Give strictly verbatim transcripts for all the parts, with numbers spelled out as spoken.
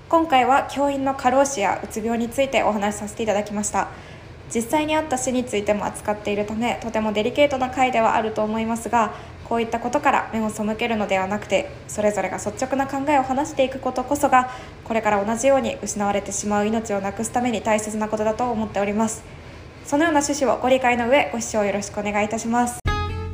今回は教員の過労死やうつ病についてお話しさせていただきました。実際にあった死についても扱っているため、とてもデリケートな回ではあると思いますが、こういったことから目を背けるのではなくて、それぞれが率直な考えを話していくことこそが、これから同じように失われてしまう命をなくすために大切なことだと思っております。そのような趣旨をご理解の上、ご視聴よろしくお願いいたします。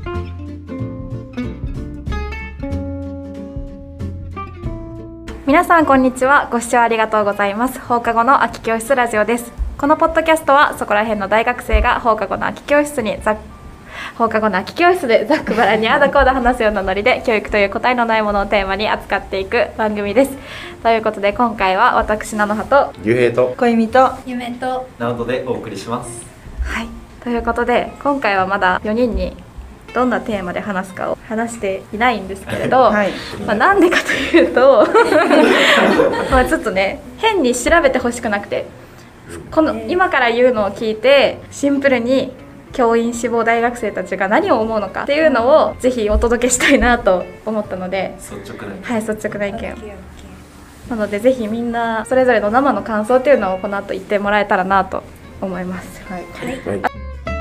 皆さんこんにちは。ご視聴ありがとうございます。放課後の空き教室ラジオです。このポッドキャストはそこら辺の大学生が放課後の空き教室にざ放課後の空き教室でざっくばらんにあだこうだ話すようなノリで、教育という答えのないものをテーマに扱っていく番組です。ということで今回は私菜の葉とゆうへいとこゆみとゆめとなおとでお送りします。 はい、ということで今回はまだよにんにどんなテーマで話すかを話していないんですけれど、はい、まあ、なんでかというとまあちょっとね、変に調べてほしくなくて、この今から言うのを聞いてシンプルに教員志望大学生たちが何を思うのかっていうのをぜひお届けしたいなと思ったので、 率直な意見、 はい、率直な意見なので、ぜひみんなそれぞれの生の感想っていうのをこの後言ってもらえたらなと思います。はい、はいはい、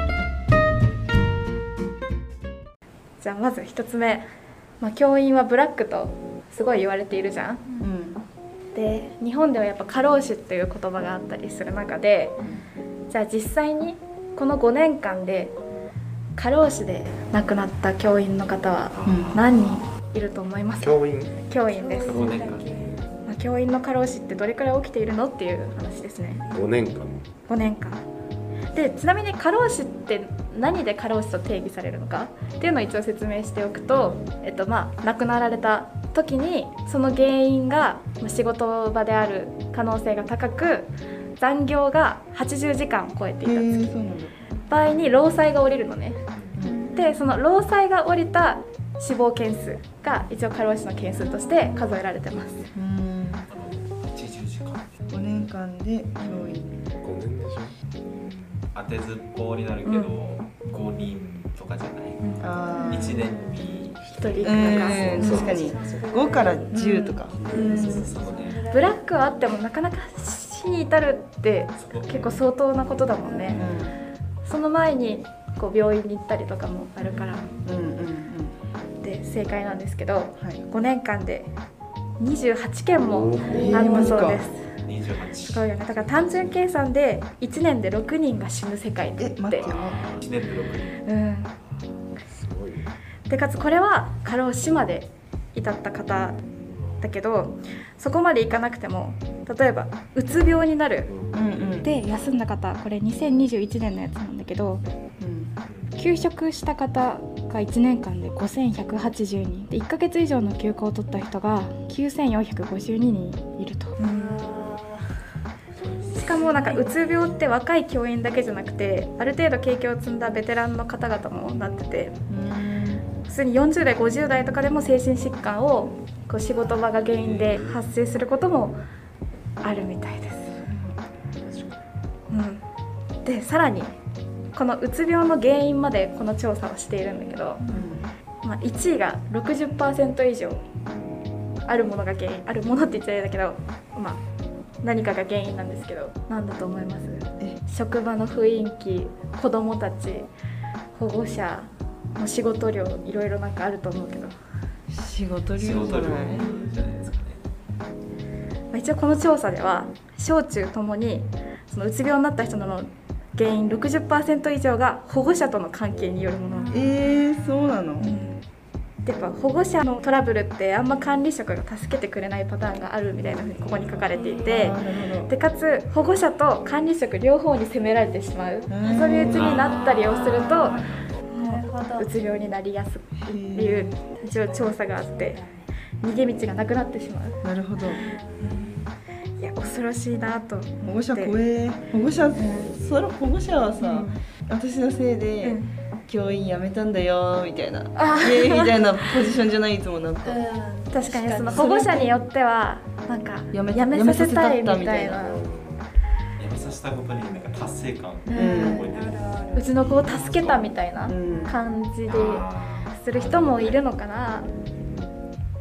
じゃあまずひとつめ、まあ、教員はブラックとすごい言われているじゃん、うん、で日本ではやっぱ過労死っていう言葉があったりする中で、じゃあ実際にこのごねんかんで過労死で亡くなった教員の方は何人いると思いますか？ 教員教員です。 ごねんかん、まあ、教員の過労死ってどれくらい起きているのっていう話ですね。 ごねんかんごねんかんで、ちなみに過労死って何で過労死と定義されるのかっていうのを一応説明しておくと、えっとまあ、亡くなられた時にその原因が仕事場である可能性が高く、残業がはちじゅうじかんを超えていた月場合に労災が下りるのね。でその労災が下りた死亡件数が一応過労死の件数として数えられてます。 うん、はちじゅうじかん、 ごねんかんで教員ごねんでしょ。 当てずっぽうになるけど、うん、ごにんとかじゃない、いちねんにひとりとか、 うん、確かにごからじゅうとか、 うんうん、ブラックはあってもなかなか死に至るって結構相当なことだもんね、うん、その前にこう病院に行ったりとかもあるから、うんうんうん、で正解なんですけど、はい、ごねんかんでにじゅうはちけんもあったそうです。 にじゅうはち、 すごいよね。だから単純計算でいちねんでろくにんが死ぬ世界ってえ待っていちねんでろくにん、 うん、 すごい。でかつこれは過労死まで至った方だけど、そこまでいかなくても例えばうつ病になる、うんうん、で休んだ方、これにせんにじゅういちねんのやつなんだけど、うん、休職した方がいちねんかんでごせんひゃくはちじゅうにんで、いっかげつ以上の休暇を取った人がきゅうせんよんひゃくごじゅうににんいると。しかもなんかうつ病って若い教員だけじゃなくて、ある程度経験を積んだベテランの方々もなってて、普通によんじゅうだいごじゅうだいとかでも精神疾患をこう仕事場が原因で発生することもあるみたいです、うん、でさらにこのうつ病の原因までこの調査をしているんだけど、うん、まあ、いちいが ろくじゅっパーセント 以上あるものが原因、あるものって言っちゃいだけど、まあ何かが原因なんですけど、何だと思います？え職場の雰囲気、子どもたち、保護者の仕事量、いろいろなんかあると思うけど、 仕事量じゃないじゃないですかね。 まあ、一応この調査では小中ともにそのうつ病になった人の原因 ろくじゅっパーセント 以上が保護者との関係によるもの。 えー、そうなの？うん、 やっぱ保護者のトラブルってあんま管理職が助けてくれないパターンがあるみたいなふうにここに書かれていて、でかつ保護者と管理職両方に責められてしまう挟み撃ちになったりをするとうつ病になりやすいっていう一応調査があって、逃げ道がなくなってしまう。 なるほど、 うん、いや恐ろしいなと思って。 保護者怖え。保護者、うん、それ保護者はさ、うん、私のせいで、うん、教員辞めたんだよみたいな、イエーイみたいなポジションじゃない、いつもなんか、うん、 確かにその保護者によってはなんか辞め、辞めさせたいみたいな、 辞めさせたことになんか達成感を覚えてる、 うん、うちの子を助けたみたいな感じでする人もいるのかな。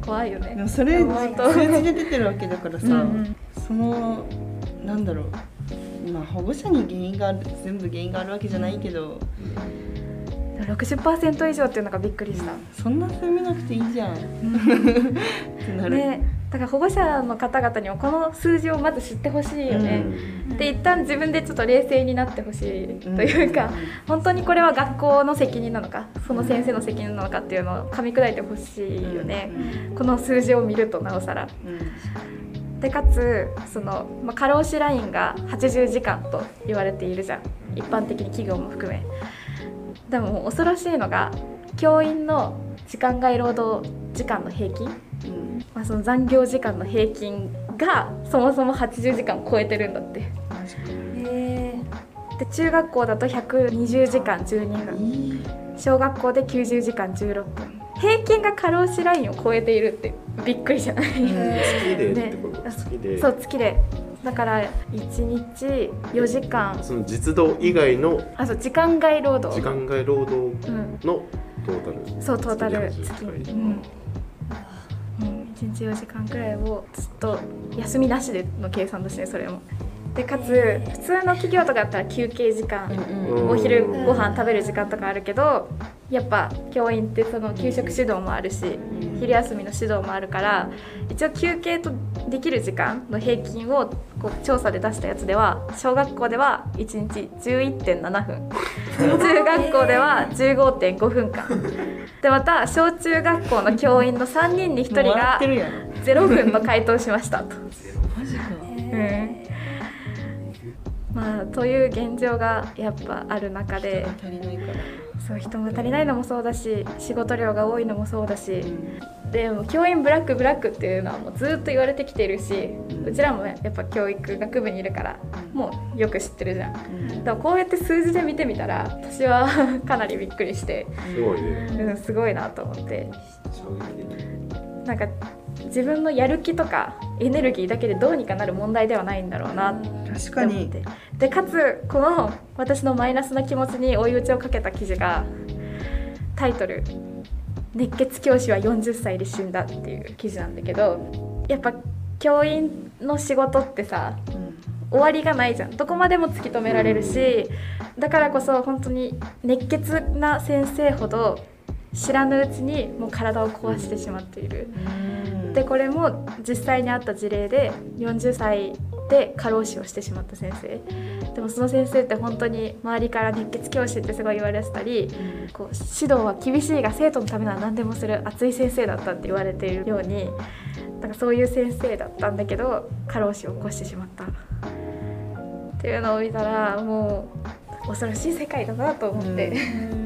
怖いよね。 でもそれ本当数字で出てるわけだからさ、 うんうん、 そのなんだろう、まあ保護者に原因がある、全部原因があるわけじゃないけど、 ろくじゅっパーセント 以上っていうのがびっくりした。 そんな責めなくていいじゃんってなる、 ね、だから保護者の方々にはこの数字をまず知ってほしいよね、うん、で一旦自分でちょっと冷静になってほしいというか、うん、本当にこれは学校の責任なのかその先生の責任なのかっていうのを噛み砕いてほしいよね、うん、この数字を見るとなおさら、うん、でかつその、まあ、過労死ラインがはちじゅうじかんと言われているじゃん、一般的に企業も含め。でも恐ろしいのが教員の時間外労働時間の平均、うんまあ、その残業時間の平均がそもそもはちじゅうじかんを超えてるんだって。へー。で中学校だとひゃくにじゅうじかんじゅうにふん、小学校できゅうじゅうじかんじゅうろっぷん、平均が過労死ラインを超えているってびっくりじゃない？ 月でってこと？月で。 そう月で。だからいちにちよじかん、 その実働以外のあそう時間外労働時間外労働のトータル、 うん、そうトータル月に、うんうん、いちにちよじかんくらいをずっと休みなしでの計算だしね、それも。でかつ普通の企業とかだったら休憩時間、うん、お昼ご飯食べる時間とかあるけど、やっぱ教員ってその給食指導もあるし、うん、昼休みの指導もあるから、一応休憩とできる時間の平均をこう調査で出したやつでは、小学校ではいちにち じゅういってんななふん中学校では じゅうごてんごふんかんで、また小中学校の教員のさんにんにひとりがゼロふんの回答しましたと。 マジか、 うんまあ、という現状がやっぱある中で、 人が足りないから、 そう人が足りないのもそうだし、仕事量が多いのもそうだし、うん、でも教員ブラックブラックっていうのはもうずっと言われてきているし、うん、うちらもやっぱ教育学部にいるからもうよく知ってるじゃん、うん、だからこうやって数字で見てみたら私はかなりびっくりして、 すごいね、 うん、すごいなと思って、なんか自分のやる気とかエネルギーだけでどうにかなる問題ではないんだろうなって思って。 確かに。 でかつこの私のマイナスな気持ちに追い打ちをかけた記事が、タイトル熱血教師はよんじゅっさいで死んだっていう記事なんだけど、やっぱ教員の仕事ってさ、うん、終わりがないじゃん、どこまでも突き止められるし、だからこそ本当に熱血な先生ほど知らぬうちにもう体を壊してしまっている、うん、でこれも実際にあった事例でよんじゅっさいで過労死をしてしまった先生でも、その先生って本当に周りから熱血教師ってすごい言われてたり、うん、こう指導は厳しいが生徒のためなら何でもする熱い先生だったって言われているように、なんかそういう先生だったんだけど過労死を起こしてしまったっていうのを見たら、もう恐ろしい世界だなと思って、うん、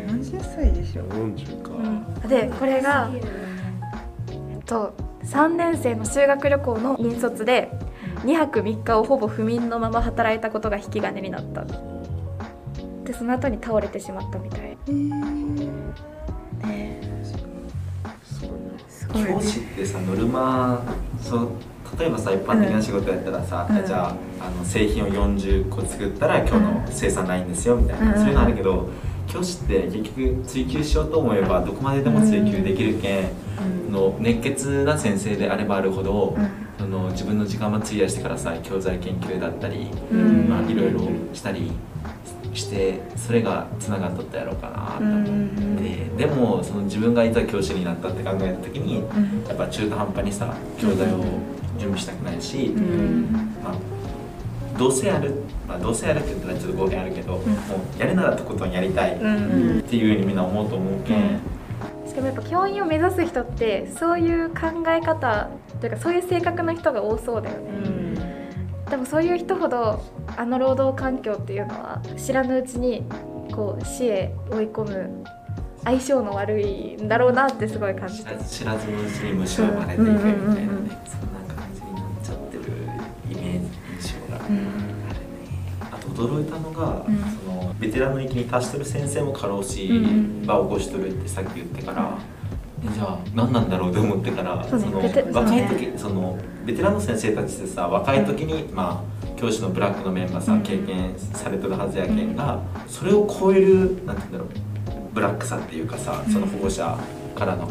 よんじゅっさいでしょ。 よんじゅうか、 うん、でこれが、えっと、さんねん生の修学旅行の引率でにはくみっかをほぼ不眠のまま働いたことが引き金になった。でその後に倒れてしまったみたい、えーね、 すごい教師ってさ、ノルマ、そう例えばさ一般的な仕事やったらさ、うん、じゃあ、あの製品をよんじゅっこ作ったら今日の生産ラインですよみたいな、うん、そういうのあるけど、教師って結局追求しようと思えばどこまででも追求できるけん、うん、の熱血な先生であればあるほど、うん、その自分の時間も費やしてからさ、教材研究だったり、うん、まあ、いろいろしたりして、それがつながっとったやろうかなと思って、うん、でもその自分がいた教師になったって考えた時に、うん、やっぱ中途半端にさ教材を準備したくないし、うん、まあ、どうせやる、まあ、どうせやるって言ったらちょっと語弊あるけど、うん、もうやるならとことんやりたいっていうふうにみんな思うと思うけん、うん、 しかもやっぱ教員を目指す人ってそういう考え方というかそういう性格の人が多そうだよね、うん、でもそういう人ほどあの労働環境っていうのは知らぬうちにこう死へ追い込む相性の悪いんだろうなってすごい感じて、 知らずのうちに虫をまれていくみたいなね、そんな感じになっちゃってるイメージ印象があるね、うん、あと驚いたのが、うん、そのベテランの域に達してる先生も過労死は起こしとるってさっき言ってから、うん、じゃあ何なんだろうと思ってから、その若い時、そのベテランの先生たちってさ、若い時に、まあ、教師のブラックのメンバーさ、うん、経験されてるはずやけんが、それを超えるなんて言うんだろう、ブラックさっていうかさ、その保護者からの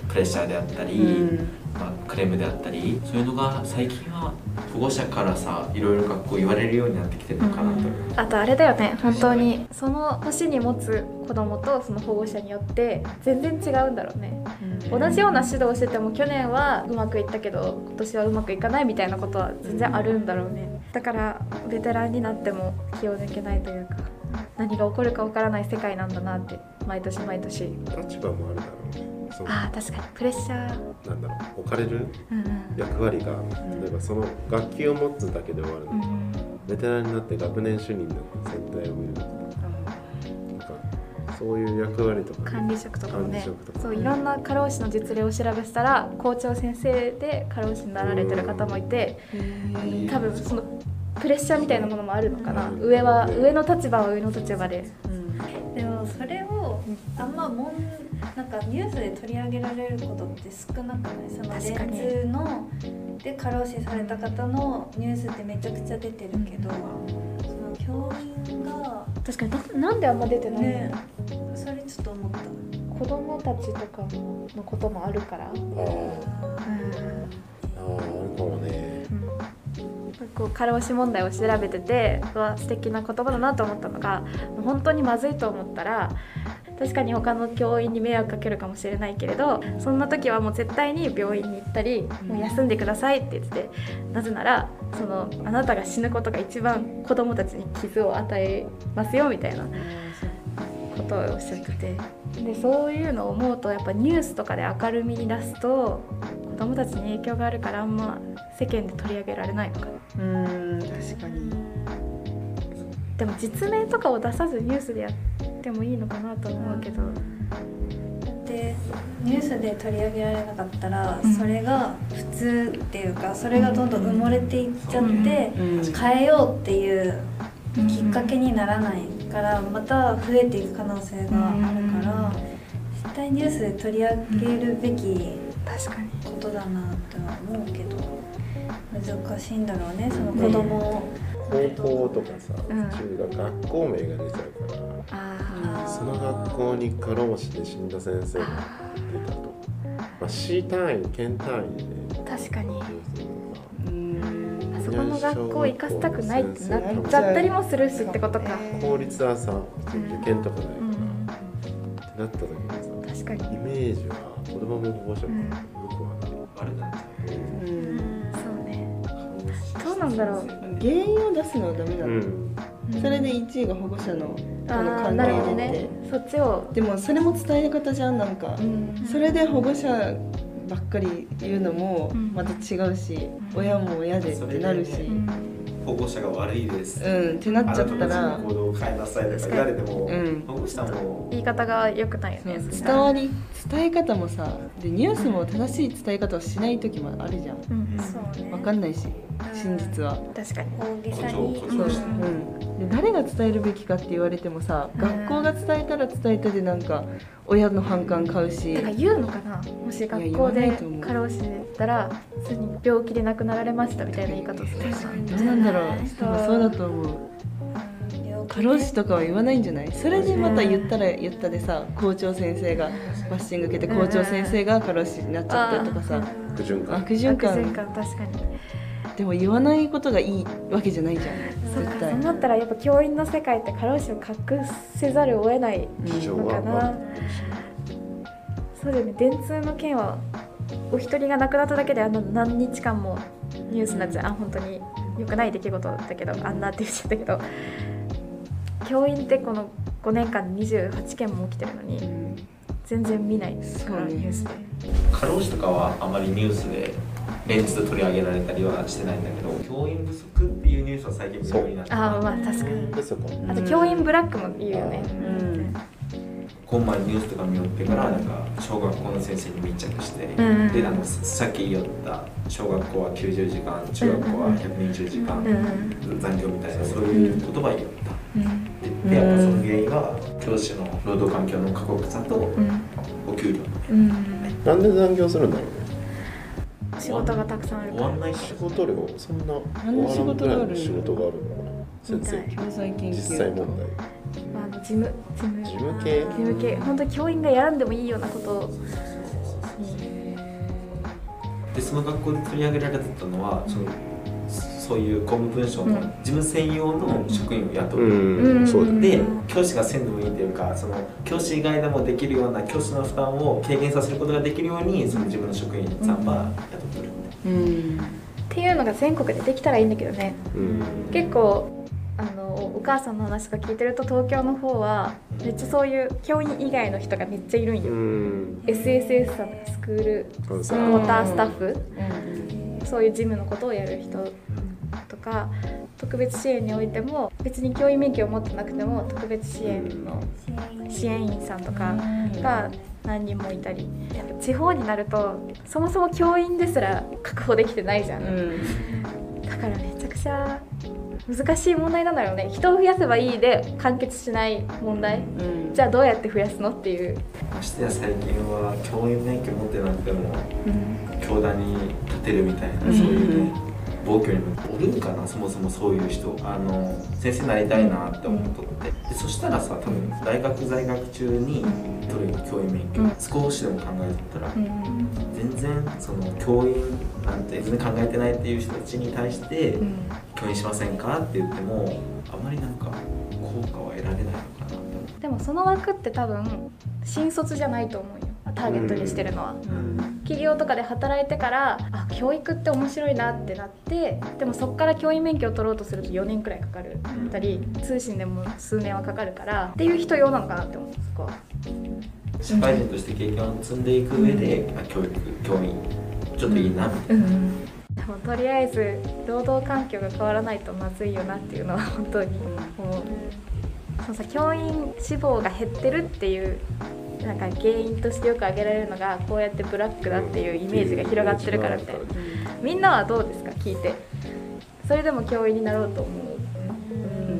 プレッシャーであったり、 うんまあ、クレームであったり、そういうのが最近は保護者からさいろいろ学校言われるようになってきてるのかなと、 あとあれだよね、本当にその年に持つ子供とその保護者によって全然違うんだろうね。同じような指導をしてても去年はうまくいったけど今年はうまくいかないみたいなことは全然あるんだろうね。だからベテランになっても気を抜けないというか、何が起こるかわからない世界なんだなって毎年毎年。 立場もあるだろうね。そのああ確かにプレッシャー、 なんだろう、置かれるうんうん役割が、例えばその学級を持つだけで終わるの、 うんうん、 ベテランになって学年主任になって全体を見るとか、なんかそういう役割とか、 管理職とかもね、 管理職とかそういろんな過労死の実例を調べてたら校長先生で過労死になられてる方もいて、多分そのプレッシャーみたいなものもあるのかな、 うん上は上の立場は上の立場で、 でもそれをあんまもんなんかニュースで取り上げられることって少なくない？その確かに電通ので過労死された方のニュースってめちゃくちゃ出てるけど、その教員が確かに な, なんであんま出てないの、 ね、それちょっと思った。 子供たちとかものこともあるから、 あーあー、あるかもね。 こう過労死問題を調べてては素敵な言葉だなと思ったのが、本当にまずいと思ったら確かに他の教員に迷惑かけるかもしれないけれど、そんな時はもう絶対に病院に行ったり、もう休んでくださいって言ってて、なぜならそのあなたが死ぬことが一番子供たちに傷を与えますよみたいなことをおっしゃってて、でそういうのを思うとやっぱニュースとかで明るみに出すと子供たちに影響があるから、あんま世間で取り上げられないのかな。 うーん確かに。 でも実名とかを出さずニュースでやってもいいのかなと思うけど、 でニュースで取り上げられなかったら、 うんそれが普通っていうか、それがどんどん埋もれていっちゃって、 うん変えようっていうきっかけにならないからまた増えていく可能性があるから、絶対ニュースで取り上げるべき確かにことだなっては思うけど、難しいんだろうね、その子供を、 高校とかさ、 うん中学学校名が出ちゃうから、 あその学校に過労死で死んだ先生が出たと、まあ、市単位、県単位で、ね、 ー確かにニュースがあそこの学校行かせたくないってなっちゃったりもするしってことか。 公立はさ、受験とかないから、 うんってなった時にさ、 確かにイメージは子供も保護者もよくわかる。 あれなんじゃないうんそうね。どうなんだろう。 原因を出すのはダメなの、 うん、 それでいちいが保護者のああの関ーなるほど係ねで、 そっちを、 でもそれも伝え方じゃん、なんか、 うんそれで保護者ばっかり言うのもうんまた違うし、親も親でってなるし、 うん保護者が悪いです、 うんってなっちゃったあなたらたちの行動を変えなさいとか言われても、 うん保護者も言い方が良くないよそうね。 伝わり伝え方もさ、でニュースも正しい伝え方をしない時もあるじゃん、 うんうんそうね、 分かんないし真実は。 確かに。 大げさに、 誇張そう、 誇張うん、で誰が伝えるべきかって言われてもさ、 うん学校が伝えたら伝えたでなんか親の反感買うし、 だから言うのかな、もし学校いや言わなでいと思う過労死したら普通に病気で亡くなられましたみたいな言い方するのかな。 どうなんだろう、多分そうだと思う。 うん、 過労死とかは言わないんじゃない？それでまた言ったら言ったでさ、校長先生がバッシング受けて校長先生が過労死になっちゃったとかさ、 悪循環。 悪循悪循環。 環確かに。 でも言わないことがいいわけじゃないじゃん、 そうか、 絶対そう。なったらやっぱ教員の世界って過労死を隠せざるを得ない事情のかな。 はあるそうだよね、電通の件はお一人が亡くなっただけであの何日間もニュースになっちゃう、あ本当に良くない出来事だったけど、あんなって言っちゃったけど、教員ってこのごねんかんでにじゅうはちけんも起きてるのにうん全然見ないですから、 そうねニュースで。 過労死とかはあまりニュースで連日取り上げられたりはしてないんだけど、教員不足っていうニュースは最近見るようになってああまあ確かに。 でそこ。 あと教員ブラックも言うよね。 うんこの前ニュースとか見よってからなんか小学校の先生に密着して、 うんであのさっき言った小学校はきゅうじゅうじかん、中学校はひゃくにじゅうじかんうん残業みたいな、そういう言葉を言った。 うんでやっぱその原因は教師の労働環境の過酷さとうんお給料。 うんなんで残業するんだろうね。 仕事がたくさんあるから。 終わんないから仕事量そんな何の仕事がある終わらんぐらいの仕事があるのかな。先生。 教材研究実際問題。 あの事務事務事務系事務系、本当に教員がやらんでもいいようなことにでその学校で取り上げられてたのはそのそういう公務文書の事務専用の職員を雇う、 うん、そうだね。 で教師がせんでもいいというかその教師以外でもできるような教師の負担を軽減させることができるようにその自分の職員さんは雇ってるうんっていうのが全国でできたらいいんだけどね。 うん、 結構あのお母さんの話とか聞いてると東京の方はめっちゃそういう教員以外の人がめっちゃいるんよ、 うん、 エスエスエス さんとかスクールサポータースタッフ、そういう事務のことをやる人とか、特別支援においても別に教員免許を持ってなくても特別支援の支援員さんとかが何人もいたり、やっぱ地方になるとそもそも教員ですら確保できてないじゃん、うん、だからめちゃくちゃ難しい問題なんだろうね。人を増やせばいいで完結しない問題、うん、じゃあどうやって増やすのっていう。 ましてや最近は教員免許持ってなくても、うん、教壇に立てるみたいな、うん、そういうね暴挙にもおるんかな、そもそもそういう人あの先生になりたいなって思っとって、でそしたらさ多分大学在学中に取る教員免許、うん、少しでも考えとったら、うん、全然その教員なんて全然考えてないっていう人たちに対して、うん、教員しませんかって言ってもあまりなんか効果は得られないのかな。 でもその枠って多分新卒じゃないと思うよ、ターゲットにしてるのは、うん、企業とかで働いてからあ教育って面白いなってなって、でもそこから教員免許を取ろうとするとよねんくらいかかるたり、通信でも数年はかかるからっていう人用なのかなって思う。そこは社会人として経験を積んでいく上で、うん、教育教員ちょっといいなみたいな、うんうん、 でもとりあえず労働環境が変わらないとまずいよなっていうのは本当に思う。そのさ教員志望が減ってるっていうなんか原因としてよく挙げられるのがこうやってブラックだっていうイメージが広がってるからみたいな。みんなはどうですか聞いて。それでも教員になろうと思う。 うん、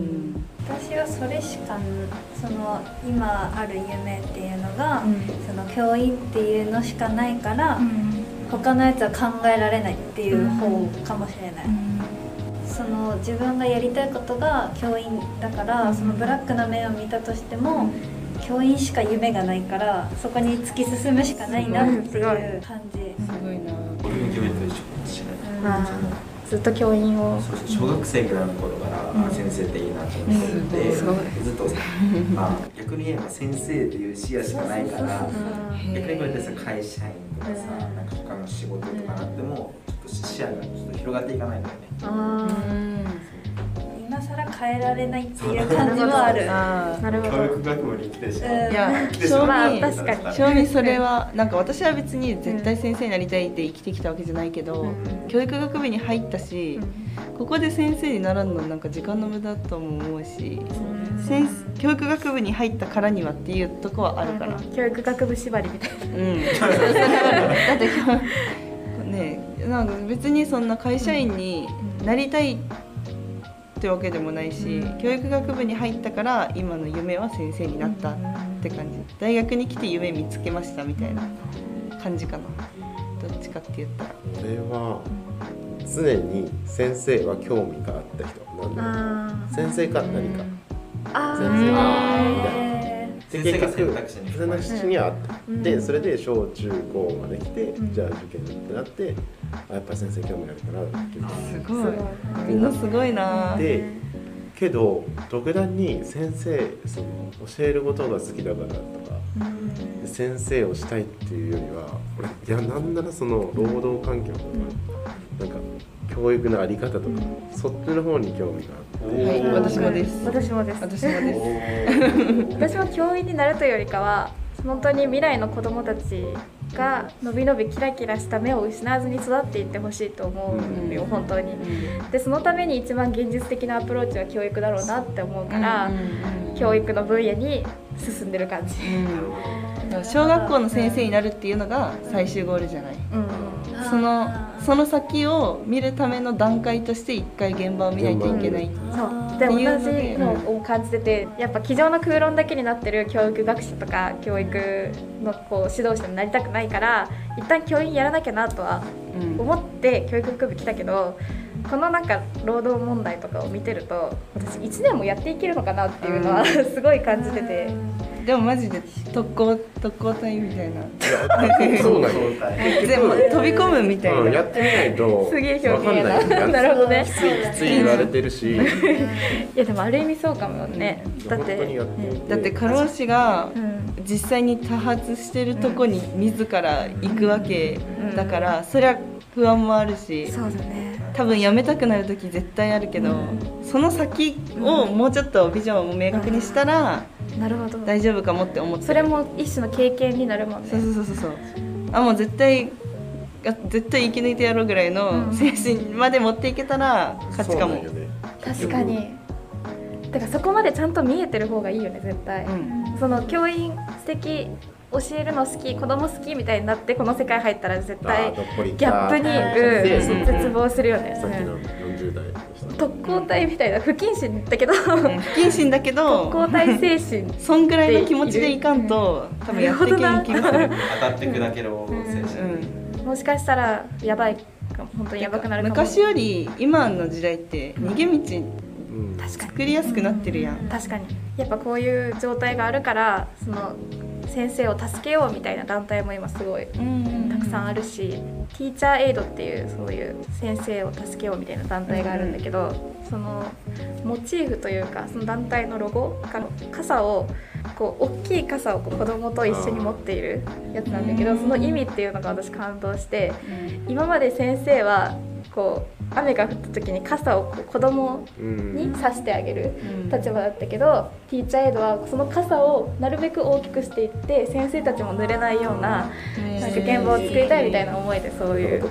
私はそれしかその今ある夢っていうのが、うん、その教員っていうのしかないから、うん、他のやつは考えられないっていう方かもしれない。うん、その自分がやりたいことが教員だから、うん、そのブラックな面を見たとしても、うん、教員しか夢がないからそこに突き進むしかないなっていう感じ。 すごいな。 俺の夢と一緒かもしれない。 ずっと教員を。 そうそう、小学生ぐらいの頃から、うん、先生っていいなと思ってて、うん、ずっとまあ逆に言えば先生っていう視野しかないから、逆にこうやってさ会社員とかさ、なんか他の仕事とかなってもちょっと視野がちょっと広がっていかないんだよね。あ今更変えられないっていう感じはある。 なるほど。 教育学部に来てしまう。 いや、正味、確かに正味それはなんか私は別に絶対先生になりたいって生きてきたわけじゃないけど、うん、教育学部に入ったし、うん、ここで先生にならんのなんか時間の無駄とも思うし、うん、先教育学部に入ったからにはっていうとこはあるから。 教育学部縛りみたいな。うん。 だってね、なんか別にそんな会社員になりたいってわけでもないし、うん、教育学部に入ったから今の夢は先生になったって感じ。大学に来て夢見つけましたみたいな感じかな。どっちかって言ったら俺は常に先生は興味があった人なんだろう。先生か何かあ先生かみたいな。 先生が選択肢に選択肢にはあった、うん、でそれで小中高まで来て、うん、じゃあ受験ってなってあやっぱ先生興味あるから受験すごいみんなすごいな。 でけど特段に先生その教えることが好きだからとか、うん、先生をしたいっていうよりは俺いやなんならその労働環境とか、うん、なんか教育のあり方とか、うん、そっちの方に興味があって。 はい、私もです。 私もです。 私もです。 私も教員になるというよりかは本当に未来の子どもたちがのびのびキラキラした目を失わずに育っていってほしいと思うよ、うん、本当に。でそのために一番現実的なアプローチは教育だろうなって思うから、うんうんうん、教育の分野に進んでる感じ。 うん、小学校の先生になるっていうのが最終ゴールじゃない。うん、そのその先を見るための段階として一回現場を見ないといけない。 そうでも同じのを感じてて、やっぱ机上の空論だけになってる教育学者とか教育のこう指導者になりたくないから一旦教員やらなきゃなとは思って教育学部来たけど、このなんか労働問題とかを見てると私いちねんもやっていけるのかなっていうのはすごい感じてて。 でもマジで特攻特攻隊みたいな。 そうなんよ。 全部飛び込むみたいな。 うん、やってみないとすげえ表現わかんないよね。 なるほどね。 きついきつい言われてるし。 いやでもある意味そうかもね。だって本当にやってみてだって過労死がうん実際に多発してるとこに自ら行くわけだから、そりゃ不安もあるし、 そうだね。 多分やめたくなる時絶対あるけど、その先をもうちょっとビジョンを明確にしたらなるほど。 大丈夫かもって思ってる。 それも一種の経験になるもんね。 そうそうそうそう。あ、もう絶対あ絶対生き抜いてやろうぐらいの精神まで持っていけたら勝ちかも。 そうなんよね。 確かに。だからそこまでちゃんと見えてる方がいいよね絶対。 うん。 その教員素敵、教えるの好き、子供好きみたいになってこの世界入ったら絶あ対ーどっこりギャップに、 でうん、絶望するよね。 さっきのうんよんじゅう代でした。 特攻隊みたいな不謹慎だけど特不謹慎だけど攻隊精神そんぐらいの気持ちでいかんと多分やっていけん気がする。 当たって砕けろ選手、 うん。 もしかしたらやばいかも、本当にやばくなるかも。 昔より今の時代って逃げ道うん、 確かに作りやすくなってるやん。 確かにやっぱこういう状態があるからその先生を助けようみたいな団体も今すごいたくさんあるし、ティーチャーエイドっていうそういう先生を助けようみたいな団体があるんだけど、そのモチーフというかその団体のロゴが傘をこう大きい傘をこう子供と一緒に持っているやつなんだけど、その意味っていうのが私感動して、今まで先生はこう雨が降った時に傘をこう子供に差してあげる立場だったけど、ティーチャーエイドはその傘をなるべく大きくしていって先生たちも濡れないようななんか現場を作りたいみたいな思いでそういう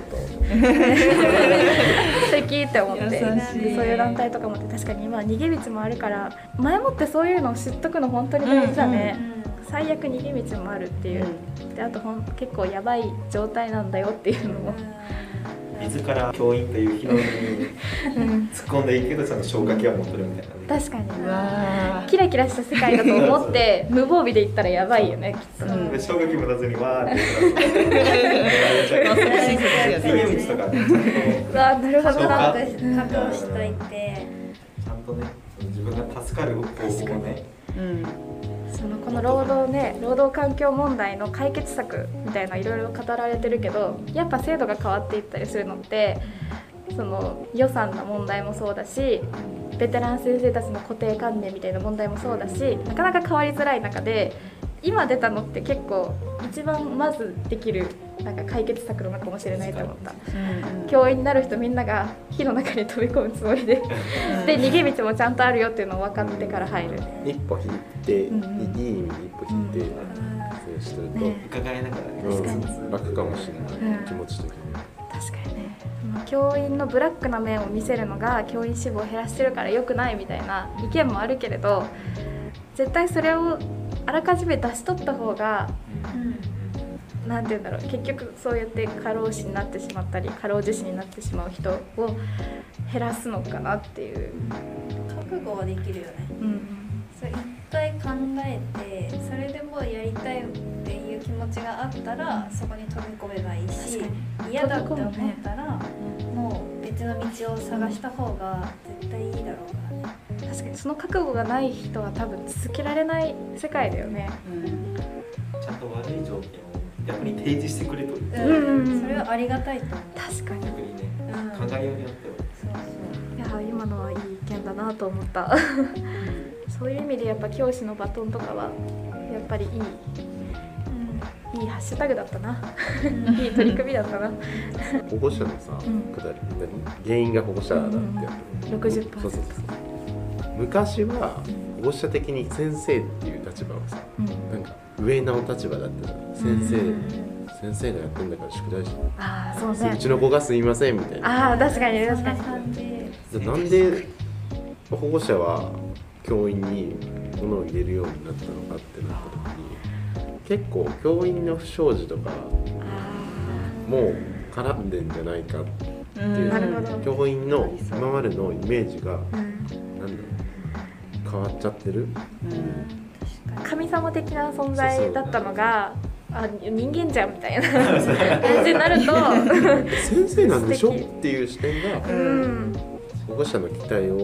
素敵って思って、 優しいでそういう団体とかもって確かに今は逃げ道もあるから前もってそういうのを知っとくの本当に大事だね、最悪逃げ道もあるっていう、であとほん結構やばい状態なんだよっていうのも自ら教員という広いに突っ込んでいいけどちゃんと消火器は持ってるみたいな、 確かにうわキラキラした世界だと思って無防備で行ったらやばいよねきっと、 うんで消火器持たずにわーってー。 逃げ道とかねうわなるほどな、 覚悟しといてちゃんとね自分が助かる方法をね、 うん。 そのこの労働ね労働環境問題の解決策みたいないろいろ語られてるけど、やっぱ制度が変わっていったりするのってその予算の問題もそうだし、ベテラン先生たちの固定観念みたいな問題もそうだし、なかなか変わりづらい中で今出たのって結構一番まずできるなんか解決策なのかもしれないと思った。教員になる人みんなが火の中に飛び込むつもりでで逃げ道もちゃんとあるよっていうのを分かってから入る。 一歩引いて、 うんうんいい意味で一歩引いて、そうしてると、 ね伺いながらね、 うん、楽かもしれない、 うん気持ち的に。 確かにね、教員のブラックな面を見せるのが教員志望を減らしてるから良くないみたいな意見もあるけれど、絶対それをあらかじめ出し取った方が、なんて言うんだろう、結局そうやって過労死になってしまったり過労自死になってしまう人を減らすのかなっていう、 覚悟はできるよね。 うんそれ一回考えてそれでもやりたいっていう気持ちがあったらそこに飛び込めばいいし、 確かに嫌だって思ったらもう別の道を探した方が絶対いいだろうからね。 確かにその覚悟がない人は多分続けられない世界だよね。 ちゃんと悪い条件を逆に提示してくれとる、 うんうんそれはありがたいと思う。 確かに、 逆にね、 うん考えようによってはそうそういや今のはいい意見だなと思ったそういう意味でやっぱ教師のバトンとかはやっぱりいい、いいハッシュタグだったないい取り組みだったな。 保護者のさ、 うんくだり何原因が保護者だってやる、 ろくじゅっパーセント。 そうそうそう昔は保護者的に先生っていう立場はさ、 うんなんか上の立場だったじゃん。先生、先生がやってんだから宿題しああそうね。 うちの子がすいませんみたいな。 ああ確かにそんな確かに。 感じ。 じゃあなんで保護者は教員に物を入れるようになったのかってなった時に、結構教員の不祥事とかもう絡んでんじゃないかっていう、 なるほど教員の今までのイメージがうんなんだろう変わっちゃってる。 神様的な存在だったのがあ人間じゃんみたいな感じになると先生なんでしょ素敵っていう視点がうん保護者の期待を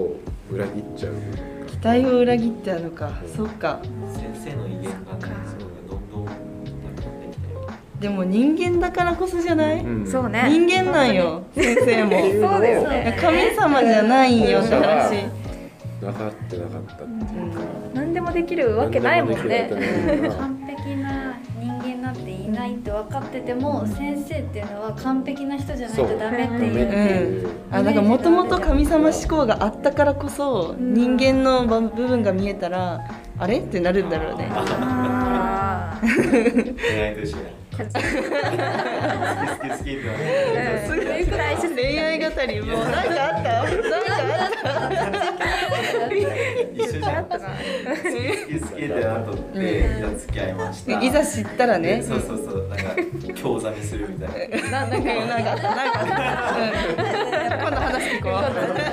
裏切っちゃう。 期待を裏切ってあるのか、 うん、 そっか。 先生の威厳がね、そうどんどんなくなってきてる。 でも人間だからこそじゃない、 うん、 そうね、 人間なんよ先生もそうだよね。 神様じゃないんよって話。 分かってなかったっていうか、 何でもできるわけないもんね。 完璧な人間なんていないって分かってても、うん、先生っていうのは完璧な人じゃないとダメっていう、 うん、あだからもともと神様思考があったからこそ、うん、人間の部分が見えたらあれってなるんだろうね。 恋愛と一緒だ。好き好き好きって言われて、 恋愛語りもうなんかあったなんかあった一緒じゃん。好き好きってなっとって、じゃあ付き合いました。 いざ知ったらね、 そうそうそう、なんか興ざめするみたいな。なんかなんかなんか今度話聞こう。あ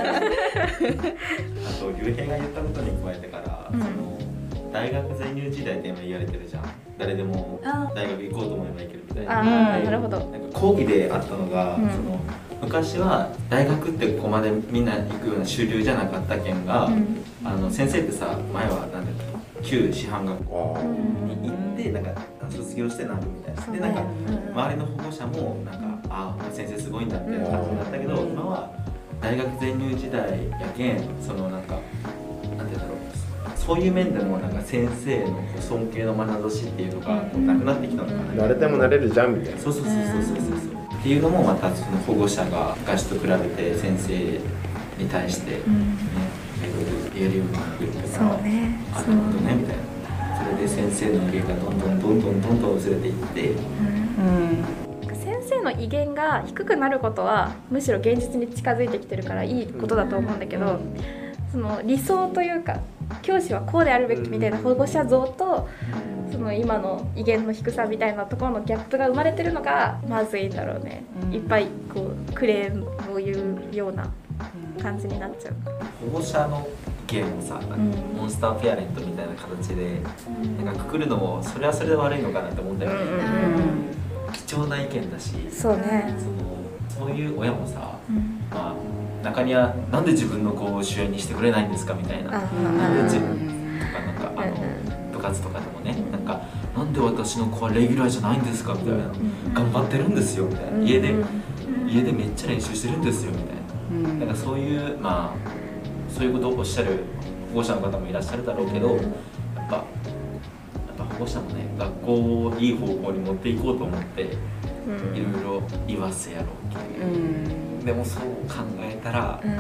と竜兵が言ったことに加えてから、その大学在入時代って今言われてるじゃん。誰でも大学行こうと思えば行けるみたいな。 ああ、なるほど。 なんか講義であったのが、うん、その昔は大学ってここまでみんな行くような主流じゃなかったけんが、うん、あの先生ってさ、前はなんだっけ、旧師範学校に行ってなんか卒業してなるみたいな。でなんか周りの保護者もなんかああ先生すごいんだって感じだったけど、今は大学在入時代やけん、そのなんかなんていうんだろう。そういう面でもなんか先生の尊敬の眼差しっていうのがなくなってきたのかな。 誰でもなれるじゃんみたいな。 そうそうそうそうそうそう。っていうのもまたその保護者が昔と比べて先生に対してね、いろいろ言えるようになってるから、ね、あなるほどねみたいな。それで先生の威厳がどんどんどんどんどんどん薄れていって、うんうん、先生の威厳が低くなることはむしろ現実に近づいてきてるからいいことだと思うんだけど、その理想というか教師はこうであるべきみたいな保護者像とその今の威厳の低さみたいなところのギャップが生まれてるのがまずいんだろうね、うん、いっぱいこうクレームを言うような感じになっちゃう。 保護者の意見をさ、うん、モンスターペアレントみたいな形で、うん、なんかくくるのもそれはそれで悪いのかなって思ったよね、うんうん、貴重な意見だし、 そうね、 そのそういう親もさ、うん、まあ中にはなんで自分の子を主演にしてくれないんですかみたいな、なんで自分とかなんかあの部活とかでもね、なんかなんで私の子はレギュラーじゃないんですかみたいな、頑張ってるんですよみたいな、家で家でめっちゃ練習してるんですよみたいな、なんかそういうまあそういうことをおっしゃる保護者の方もいらっしゃるだろうけど、やっぱやっぱ保護者もね、学校をいい方向に持っていこうと思っていろいろ言わせやろうけど、うん、でもそう考えたら、うん、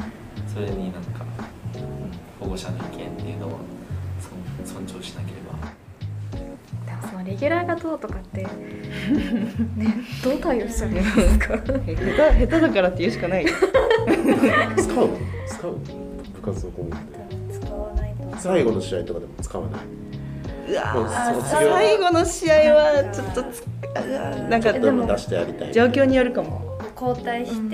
それになんか、うん、保護者の意見っていうのは尊重しなければ。 でもそのレギュラーがどうとかってね、どう対応しちゃうんですか。下手下手だからって言うしかない。 使う使う部活の顧問で使わないと。 最後の試合とかでも使わない。 うわ最後の試合はちょっとつなんかでも出してやりたい。 状況によるかも。 交代して、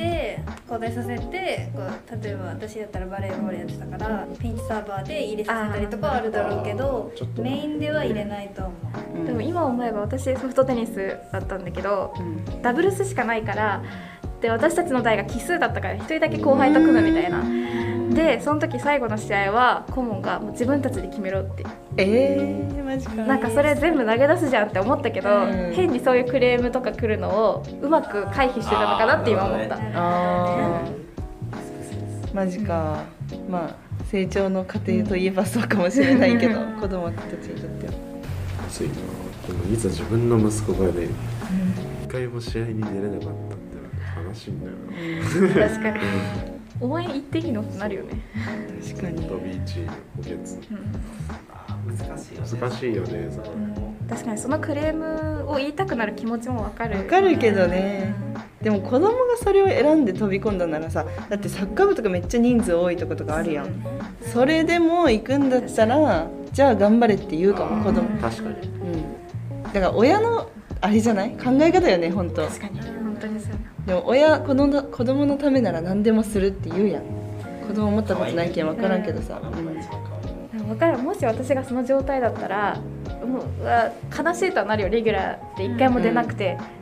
うん、交代させてこう例えば私だったらバレーボールやってたからピンチサーバーで入れさせたりとかはあるだろうけどメインでは入れないと思う、 うん、でも今思えば私ソフトテニスだったんだけど、うん、ダブルスしかないからで私たちの代が奇数だったからひとりだけ後輩と組むみたいなでその時最後の試合は顧問がもう自分たちで決めろってえー、マジかなんかそれ全部投げ出すじゃんって思ったけど、うん、変にそういうクレームとか来るのをうまく回避してたのかなって今思った。 あーマジか、まあ成長の過程といえばそうかもしれないけど子供たちにとってはついな。でもいざ自分の息子がね、うん、一回も試合に出れなかったって悲しいんだよな、 うん、確かに応援行っていいのってなるよね。 確かにドビーチ補欠、うん、 難しいよね。 難しいよね、 うん、確かにそのクレームを言いたくなる気持ちもわかるわかるけどね、うん、でも子供がそれを選んで飛び込んだならさ、だってサッカー部とかめっちゃ人数多いとことかあるやん、うん、それでも行くんだったらじゃあ頑張れって言うかも子供。 確かに、 うん、だから親のあれじゃない考え方よね本当。 確かに本当にそう。 でも親子供子供のためなら何でもするって言うやん。子供持ったことないけん分からんけどさ、 うん、分かる。もし私がその状態だったらもう悲しいとはなるよ。レギュラーって一回も出なくて、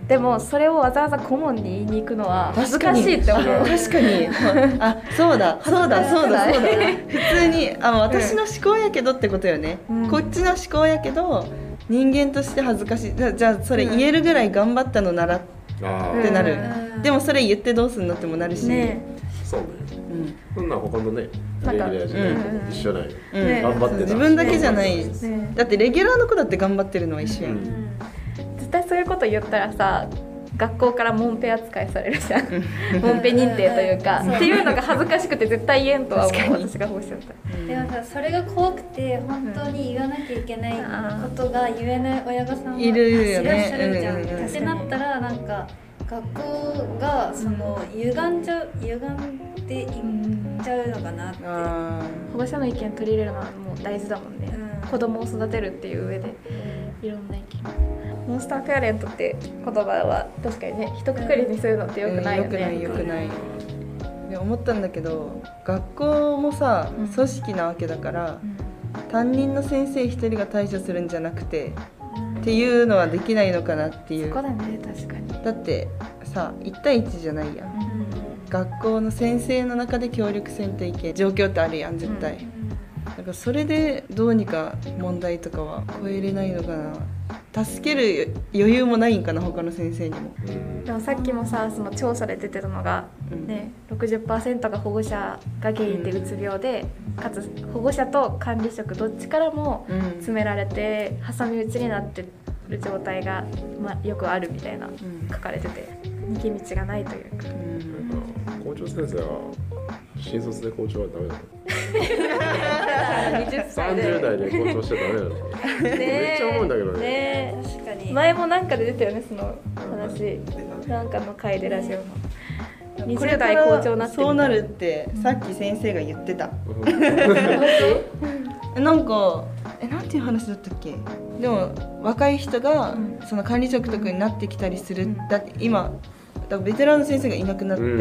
でもそれをわざわざ顧問に言いに行くのは恥ずかしいって思う。 確かにあそうだそうだそうだそうだ普通にあ私の思考やけどってことよね、うん、こっちの思考やけど人間として恥ずかしい。じゃあそれ言えるぐらい頑張ったのならってなる、うん、でもそれ言ってどうすんのってもなるし、ね、 そうね、うん、そんな他のねレギュラーじゃないけど一緒だよ、 うん、頑張ってた自分だけじゃない、ね、だってレギュラーの子だって頑張ってるのは一緒やん、うん、 絶対そういうこと言ったらさ学校からモンペ扱いされるじゃんモンペ認定というかっていうのが恥ずかしくて絶対言えんとは思う。私が保護者だったら、 うん、でもさそれが怖くて本当に言わなきゃいけないことが言えない親御さんもいるよね。いらっしゃるじゃん、うんうんうん、ってなったらなんか学校がその歪んじゃう歪んでいっちゃうのかなって、うん、 保護者の意見取り入れるのはもう大事だもんね、うん、子供を育てるっていう上でいろんな意見。モンスターペアレントって言葉は確かにね一括りにするのってよくないよね、 うん、よくないよくないで思ったんだけど学校もさ、うん、組織なわけだから、うん、担任の先生一人が対処するんじゃなくて、うん、っていうのはできないのかなっていう。 そこだね確かに。 だってさいち対いちじゃないやん、うん、学校の先生の中で協力せんといけん状況ってあるやん絶対、うん、だからそれでどうにか問題とかは超えれないのかな。助ける余裕もないんかな他の先生にも。 でもさっきもさその調査で出てたのが、ねうん、ろくじゅっパーセント が保護者が原因でうつ病で、うん、かつ保護者と管理職どっちからも詰められて、うん、挟み撃ちになってる状態が、まあ、よくあるみたいな書かれてて、うん、逃げ道がないというか、 うん、校長先生は新卒で校長はダメださんじゅう代で校長しちゃダメだろめっちゃ思うんだけどね。 ね確かに前もなんかで出たよねその話、なんかの回でラジオのにじゅう代校長になってそうなるってさっき先生が言ってたなんかえなんていう話だったっけ。でも若い人が、うん、その管理職とかになってきたりする、うん、だって今だベテランの先生がいなくなって、うん、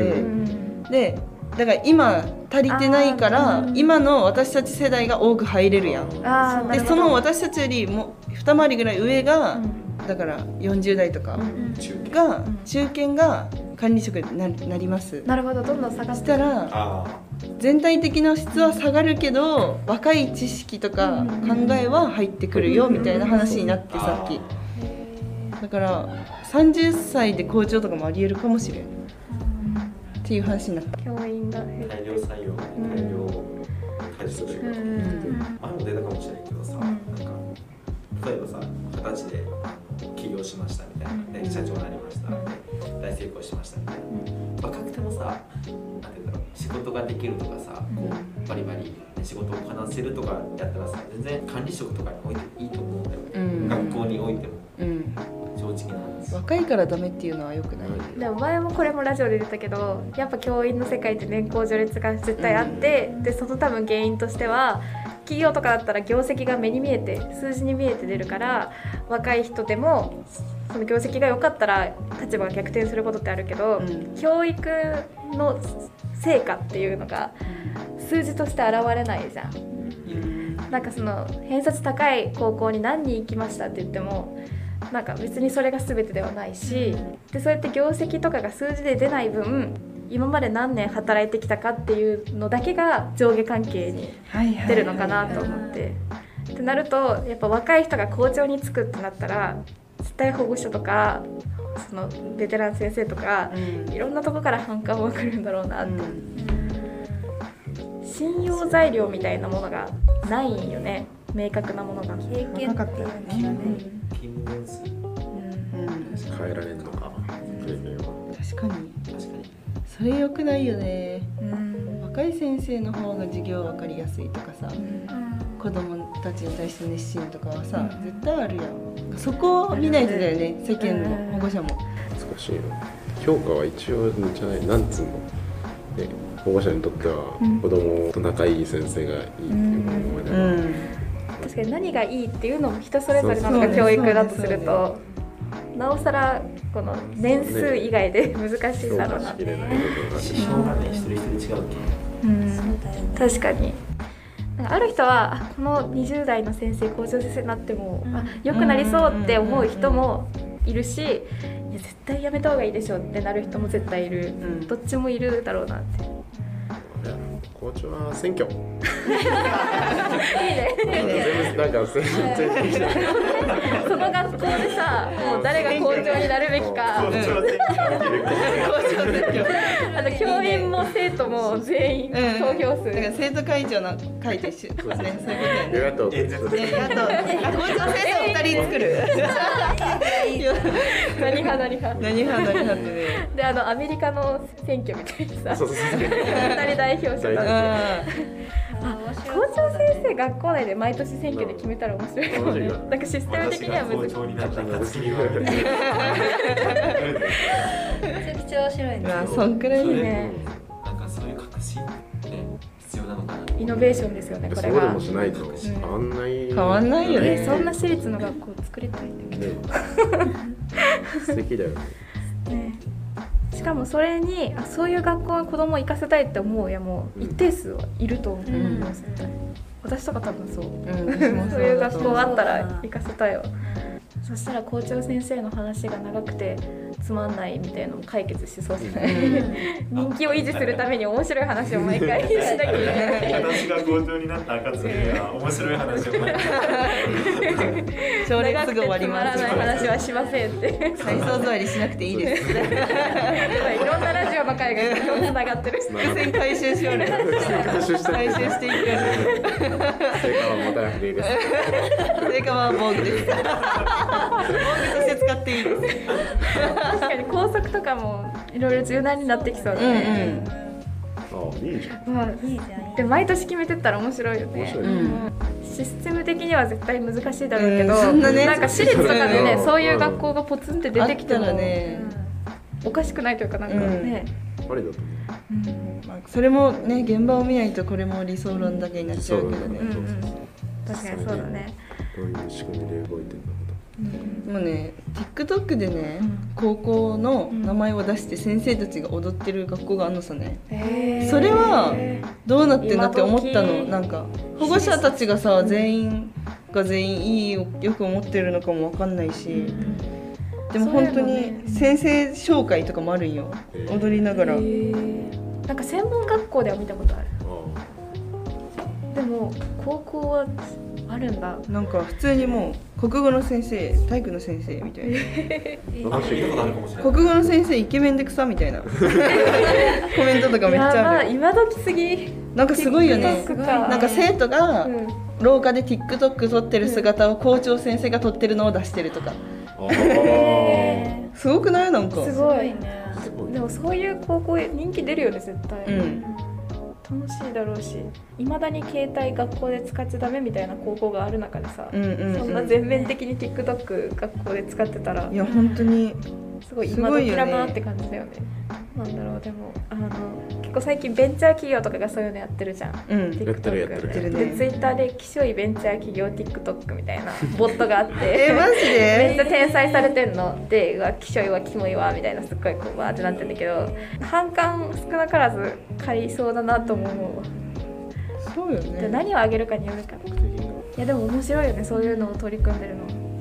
でだから今足りてないから、うん、今の私たち世代が多く入れるやん。あでその私たちよりも二回りぐらい上が、うん、だからよんじゅう代とかが、うん、中堅が管理職に な, なります。 なるほどどんどん下がってしたら全体的な質は下がるけど若い知識とか考えは入ってくるよみたいな話になってさっきだからさんじゅっさいで校長とかもありえるかもしれんっていう話になった。 教員が大量採用、大量開示するとか、前も出たかもしれないけどさ、なんか例えばさ二十歳で起業しましたみたいな、で社長になりました、大成功しましたみたいな、若くてもさ、なんていうんだろう、仕事ができるとかさ、こうバリバリ仕事をこなせるとかやったらさ、全然管理職とかに置いていいと思うんだよね、うん、学校においても。うん正直なんです。 若いからダメっていうのは良くない。 でも前もこれもラジオで出たけどやっぱ教員の世界って年功序列が絶対あって、うん、でその多分原因としては企業とかだったら業績が目に見えて数字に見えて出るから若い人でもその業績が良かったら立場が逆転することってあるけど、うん、教育の成果っていうのが数字として現れないじゃん、うん、なんかその偏差値高い高校に何人行きましたって言ってもなんか別にそれが全てではないし、でそうやって業績とかが数字で出ない分今まで何年働いてきたかっていうのだけが上下関係に出るのかなと思って、ってなるとやっぱ若い人が校長に就くってなったら絶対保護者とかそのベテラン先生とか、うん、いろんなとこから反感も来るんだろうなって、うん、信用材料みたいなものがないんよね、明確なものが。 経験っていうのがね勤務数、うん、 変えられるのか、経験は。 確かに確かにそれ良くないよね、うん、若い先生の方が授業分かりやすいとかさ、うん、子供たちに対して熱心とかはさ、うん、絶対あるやん。そこを見ないとだよね、世間の保護者も。 難しいよ。評価は一応じゃないなんつうの、ね、保護者にとっては子供と仲いい先生がいいっていうものでは、うんうん、 確かに何がいいっていうのも人それぞれなのが教育だとするとなおさらこの年数以外で難しいだろうなって。 指標がね一人一人違うけ、うん、 確かにある人はこのにじゅう代の先生校長先生になっても、うん、あ良くなりそうって思う人もいるし、いや絶対やめた方がいいでしょってなる人も絶対いる、 んどっちもいるだろうなって。 いや校長は選挙。 いいね。 全部なんか全然できない。 その学校でさ、もう誰が校長になるべきか、 校長選挙あの教員も生徒も全員投票数、 だから生徒会長の会と一緒ですね。そういうことやね。 与野党演説でえあとあ校長先生ふたり作る。 何派何派。 何派何派ってね。 であのアメリカの選挙みたいなさ、 そうそうそう。 ふたり代表者だって。 あ校長先生学校内で毎年選挙で決めたら面白いかもね。 面白いなんかシステム的には難しい。 校長になった暁にはめちゃくちゃ面白いね。 あ、そんくらいそれね。 なんかそういう革新って必要なのかな。 イノベーションですよねこれがそうでも。しないと変わんない。 変わんないよねえそんな私立の学校作りたいんだけど。 ね。素敵だよね。 ね、しかもそれにあそういう学校に子供を行かせたいって思う親も一定数はいると思う、 ん絶対私とか多分そう、 うんそういう学校あったら行かせたいよ。そしたら校長先生の話が長くてつまんないみたいなのも解決しそうじゃない、人気を維持するために面白い話を毎回しなきゃいけない私が校長になった暁には面白い話を毎回朝礼すぐ終わりつまます。 らない話はしませんって再送座りしなくていいです。 いろんなラジオの会が今日つながってる。 伏線回収しようね。 回収して回収していく。 成果は持たなくていいです。 成果は防具です。防具として使っていいです。 確かに高速とかもいろいろ柔軟になってきそうだね、 ああ、いいじゃん。 まあ、 いいじゃん。 で毎年決めてったら面白いよね。 面白い。 うんシステム的には絶対難しいだろうけど、 うんそんなねなんか私立とかでね、 うんそういう学校がポツンって出てきてもあったらね、 おかしくないというかなんかね、 あれだと思うんまあそれもね現場を見ないとこれも理想論だけになっちゃうけどね。 うんうん確かにそうだね。 う。どういう仕組みで動いてるのかうんもうね TikTok でね、 うん高校の名前を出して先生たちが踊ってる学校があるのさね。 へーそれはどうなってんだって思ったの。 今時なんか保護者たちがさ全員が全員いいよよく思ってるのかもわかんないし、でも本当に先生紹介とかもあるんよ、踊りながら。 へーなんか専門学校では見たことある。でも高校はあるんだ。 なんか普通にもう国語の先生体育の先生みたいななんか聞いたことあるかもしれない。 国語の先生イケメンで草みたいなコメントとかめっちゃある。 やばい今時すぎ。 なんかすごいよね。 TikTok かなんか生徒がうん廊下で TikTok 撮ってる姿を校長先生が撮ってるのを出してるとか、 ああ。 すごくない？なんかすごい。 ね。 すごいでもそういう高校人気出るよね絶対、 うん楽しいだろうし、いまだに携帯学校で使っちゃダメみたいな高校がある中でさ、 うんうんうんそんな全面的に TikTok 学校で使ってたらいや本当にすごいすごいよね今時だなって感じだよね。なんだろうでもあの結構最近ベンチャー企業とかがそういうのやってるじゃん、 うん TikTok やってるやってるやってるねで Twitter できしょいベンチャー企業 TikTok みたいなボットがあってえマジめっちゃで？ 転載されてんので、うわきしょいわキモいわみたいなすっごいこうわーってなってんだけど、反感少なからず買いそうだなと思うわ。 そうよでね。 何をあげるかによるから。いやでも面白いよねそういうのを取り組んでるの。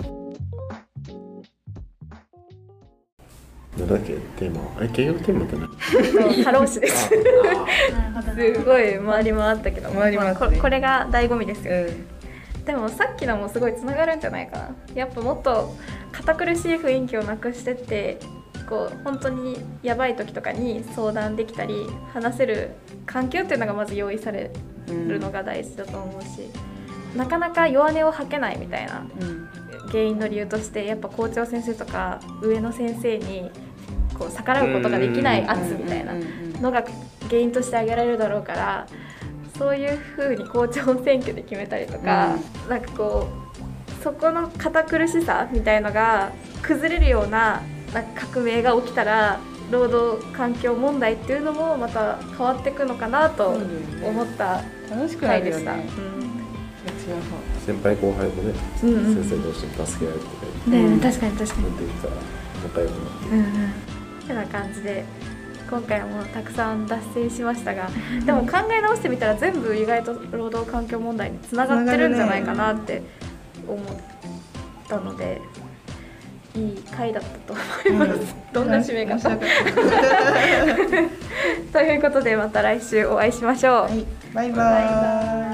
なんだっけテーマ。あれ結局テーマって何？ 過労死です。 なるほどね。 すごい回り回ったけど、 回り回ったねまあここれが醍醐味ですよ。 うんでもさっきのもすごいつながるんじゃないかな。やっぱもっと堅苦しい雰囲気をなくしてってこう本当にやばい時とかに相談できたり話せる環境っていうのがまず用意されるのが大事だと思うし、なかなか弱音を吐けないみたいなうん原因の理由としてやっぱ校長先生とか上の先生にこう逆らうことができない圧みたいなうんうんうんのが原因として挙げられるだろうから、そういう風に校長選挙で決めたりとか、なんかこうそこの堅苦しさみたいのが崩れるようななんか革命が起きたら労働環境問題っていうのもまた変わっていくのかなと思った楽しくな回でした。 るよね。 うんこっちの方先輩後輩もね、 うんうん先生同士に助け合えるとか言ってねうん確かに確かに。 持っていったら仲良くなって。 うんうん。ってな感じで今回もたくさん脱線しましたが、でも考え直してみたら全部意外と労働環境問題につながってるんじゃないかなって思ったので、 いい回だったと思います、うん、どんな締め方ということでまた来週お会いしましょう、 はい、バイバイ。